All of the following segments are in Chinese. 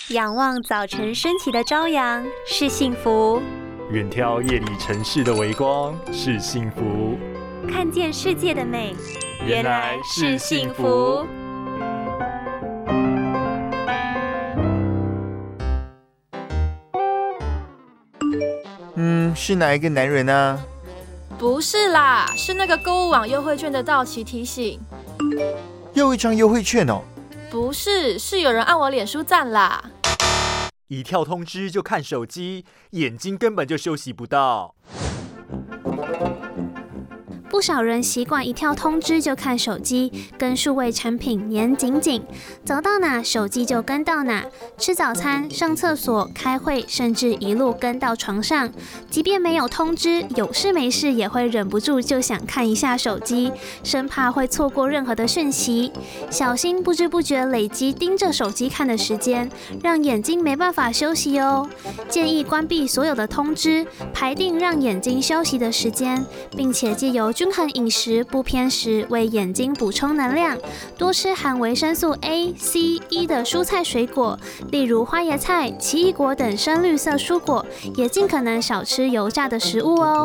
仰望早晨升起的朝阳是幸福， 远眺夜里城市的微光是幸福， 看见世界的美原来是幸福。 是哪一个男人啊？ 不是啦，是那个购物网优惠券的到期提醒。 又一张优惠券哦？ 不是，是有人按我脸书赞啦。 一跳通知就看手机，眼睛根本就休息不到。 不少人习惯一跳通知就看手机，跟数位产品黏紧紧，走到哪手机就跟到哪，吃早餐、上厕所、开会，甚至一路跟到床上。即便没有通知，有事没事也会忍不住就想看一下手机，生怕会错过任何的讯息。小心不知不觉累积盯着手机看的时间，让眼睛没办法休息哦。建议关闭所有的通知，排定让眼睛休息的时间，并且藉由均衡饮食不偏食，为眼睛补充能量，多吃含维生素 A、C、E 的蔬菜水果，例如花椰菜、奇异果等深绿色蔬果，也尽可能少吃油炸的食物哦。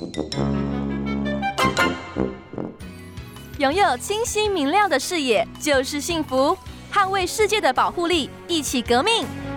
拥有清晰明亮的视野就是幸福，捍卫世界的保护力，一起革命。